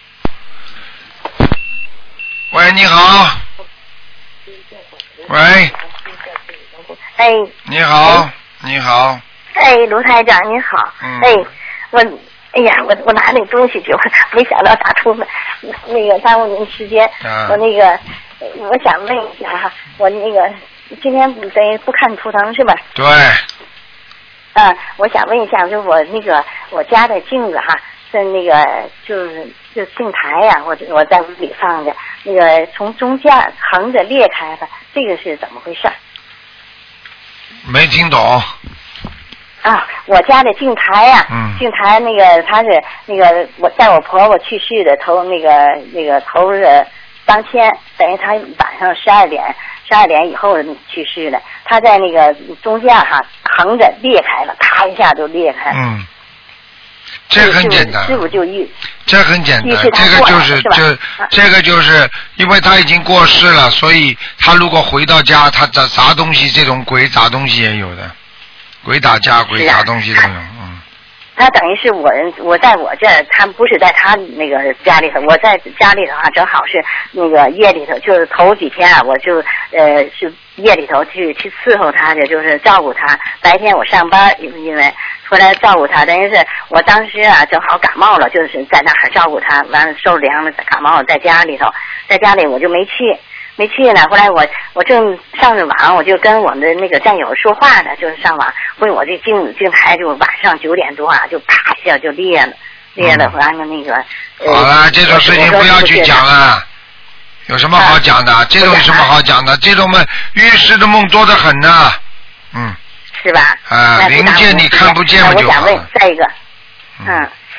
喂，你好。喂。 哎。 你好，你好。 哎，卢台长你好。 嗯。 哎，我，哎呀，我我拿那个东西去，没想到打通了，那个耽误您时间。 啊。 我那个，我想问一下哈，我那个今天等于不看图腾是吧？ 对。 嗯，我想问一下，就我那个我家的镜子哈，是那个就是就镜台呀、啊，我我在屋里放着，那个从中间横着裂开的，这个是怎么回事？ 没听懂。 啊，我家的镜台呀、啊， 嗯， 镜台那个它是那个我在我婆婆去世的头那个那个头的当天，等于她晚上十二点十二点以后去世的，她在那个中间哈、啊、横着裂开了，咔一下就裂开了。 嗯。这很简单， 师傅就预， 这很简单，这个就是就这个就是因为他已经过世了，所以他如果回到家，他砸砸东西，这种鬼砸东西也有的，鬼打架、鬼砸东西都有，嗯。 他等于是我我在我这儿，他不是在他那个家里头，我在家里头啊，正好是那个夜里头，就是头几天啊，我就呃是夜里头去去伺候他去，就是照顾他。白天我上班，因为回来照顾他，等于是我当时啊正好感冒了，就是在那儿照顾他，完了受凉了，感冒了，在家里头，在家里我就没去。没去呢，后来我我正上着网，我就跟我们的那个战友说话呢，就是上网问我这镜镜台，就晚上九点多啊，就啪一下就裂了，裂了，完了那个。 嗯、好了，这种事情不要去讲了，有什么好讲的？啊、这种有什么好讲的？这种梦预示的梦多得很呢，嗯。 是吧？ 啊，灵界你看不见嘛就好了。 我想问再一个，嗯，行，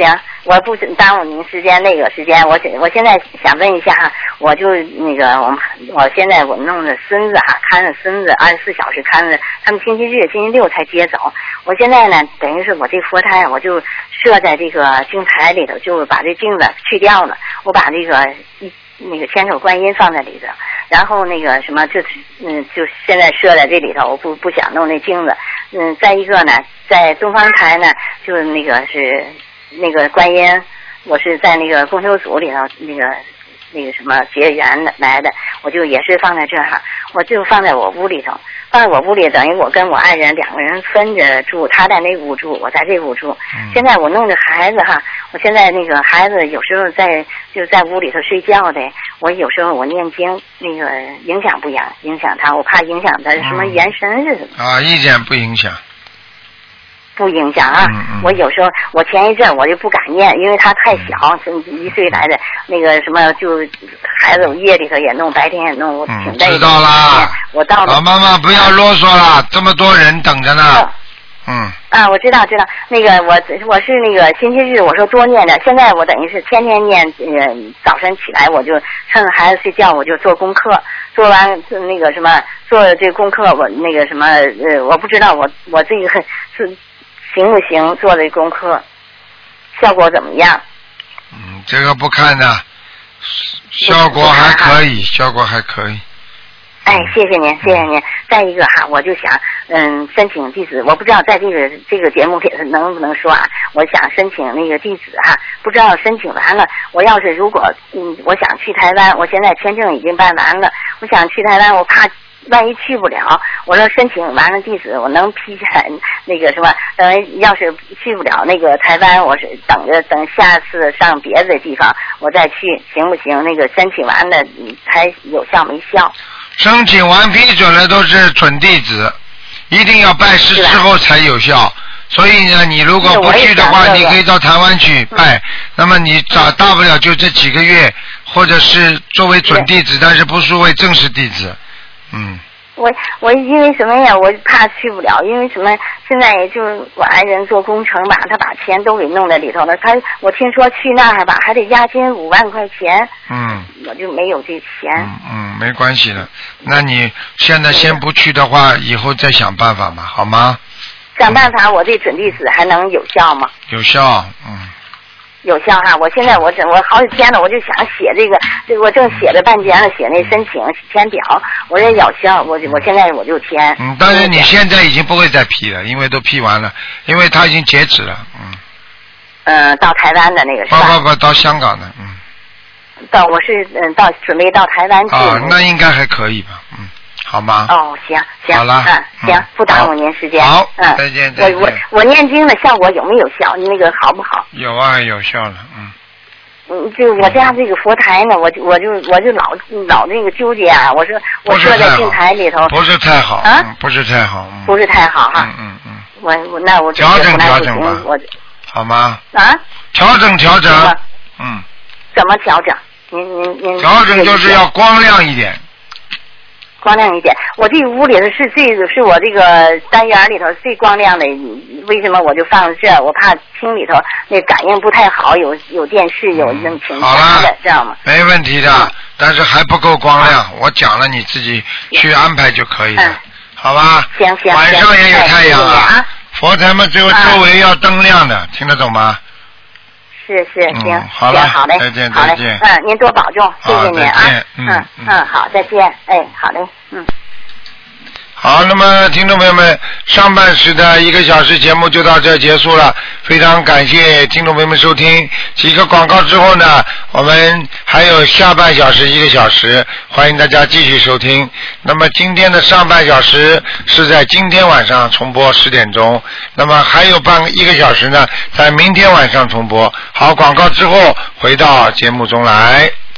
我不耽误您时间那个时间，我我现在想问一下哈，我就那个我们我现在我弄着孙子哈，看着孙子二十四小时看着，他们星期日、星期六才接走。我现在呢，等于是我这佛台我就设在这个镜台里头，就把这镜子去掉了，我把这个一那个千手观音放在里头，然后那个什么就嗯就现在设在这里头，我不不想弄那镜子。嗯，再一个呢，在东方台呢，就是那个是那个观音，我是在那个共修组里头那个那个什么结缘的来的，我就也是放在这儿，我就放在我屋里头，放在我屋里，等于我跟我爱人两个人分着住，他在那屋住，我在这屋住。嗯、现在我弄着孩子哈，我现在那个孩子有时候在就在屋里头睡觉的，我有时候我念经那个影响不影影响他，我怕影响他什么元神是什么、 嗯、啊，一点不影响。 不影响啊、嗯嗯！我有时候我前一阵我就不敢念，因为他太小，嗯、一岁来的那个什么，就孩子我夜里头也弄，白天也弄，我挺累的。 知道啦， 我到了。 老妈妈不要啰嗦了，这么多人等着呢。嗯。 啊，我知道知道，那个我我是那个星期日我说多念点，现在我等于是天天念，呃，早晨起来我就趁孩子睡觉我就做功课，做完那个什么做这功课我那个什么呃，我不知道我我这个是。行不行？做的功课效果怎么样？ 嗯，这个不看的，效果还可以，效果还可以。 哎，谢谢您，谢谢您。再一个哈，我就想嗯申请弟子，我不知道在这个这个节目里能不能说啊？我想申请那个弟子哈，不知道申请完了，我要是如果嗯我想去台湾，我现在签证已经办完了，我想去台湾，我怕。万一去不了，我说申请完了弟子，我能批下来那个什么？等要是去不了那个台湾，我是等着等下次上别的地方我再去，行不行？那个申请完了才有效没效？ 申请完批准了都是准弟子，一定要拜师之后才有效。所以呢，你如果不去的话，你可以到台湾去拜。嗯、那么你找大不了就这几个月，或者是作为准弟子，但是不是为正式弟子。嗯， 我我因为什么呀？我怕去不了，因为什么？现在也就是我爱人做工程吧，他把钱都给弄在里头了。他我听说去那儿吧，还得押金五万块钱。 嗯， 我就没有这钱。 嗯嗯，没关系的。那你现在先不去的话，以后再想办法嘛，好吗？ 想办法，我这准弟子还能有效吗？ 有效，嗯。 有效哈！我现在我我好几天了，我就想写这个，这个我正写了半天了，写那申请填表，我说有效，我我现在我就填。 嗯，但是你现在已经不会再批了，因为都批完了，因为他已经截止了，嗯。 嗯、呃，到台湾的那个是吧？ 不不不，到香港的，嗯。 到我是嗯到准备到台湾去。 啊，那应该还可以吧，嗯。好吗？ 哦，行行， 好了， 嗯，行，不耽误您时间。 好， 嗯， 再见再见。 我我我念经的效果有没有效？那个好不好？ 有啊，有效了，嗯。 嗯，就我家这个佛台呢，我就我就我就老老那个纠结啊。我说我设在镜台里头， 不是太好啊， 不是太好， 不是太好哈。 嗯嗯嗯。 我我那我调整调整吧， 我好吗？ 啊？ 调整调整。嗯。 怎么调整？您您您。 调整就是要光亮一点。 光亮一点，我这屋里头是最是我这个单元里头最光亮的，为什么我就放这？我怕厅里头那感应不太好，有有电视有那么挺强的，知道吗？ 没问题的，嗯、但是还不够光亮。我讲了，你自己去安排就可以了，嗯、好吧？ 行行。 晚上也有太阳啊， 啊佛台嘛，最后周围要灯亮的，啊、听得懂吗？ 是是，行， 嗯、好了， 好嘞， 再见再见。嗯，您多保重，谢谢您啊。 嗯嗯嗯，好，再见。哎，好嘞，嗯。 好，那么听众朋友们，上半时的一个小时节目就到这结束了，非常感谢听众朋友们收听。几个广告之后呢，我们还有下半小时一个小时，欢迎大家继续收听。那么今天的上半小时是在今天晚上重播十点钟，那么还有半一个小时呢，在明天晚上重播。好，广告之后回到节目中来。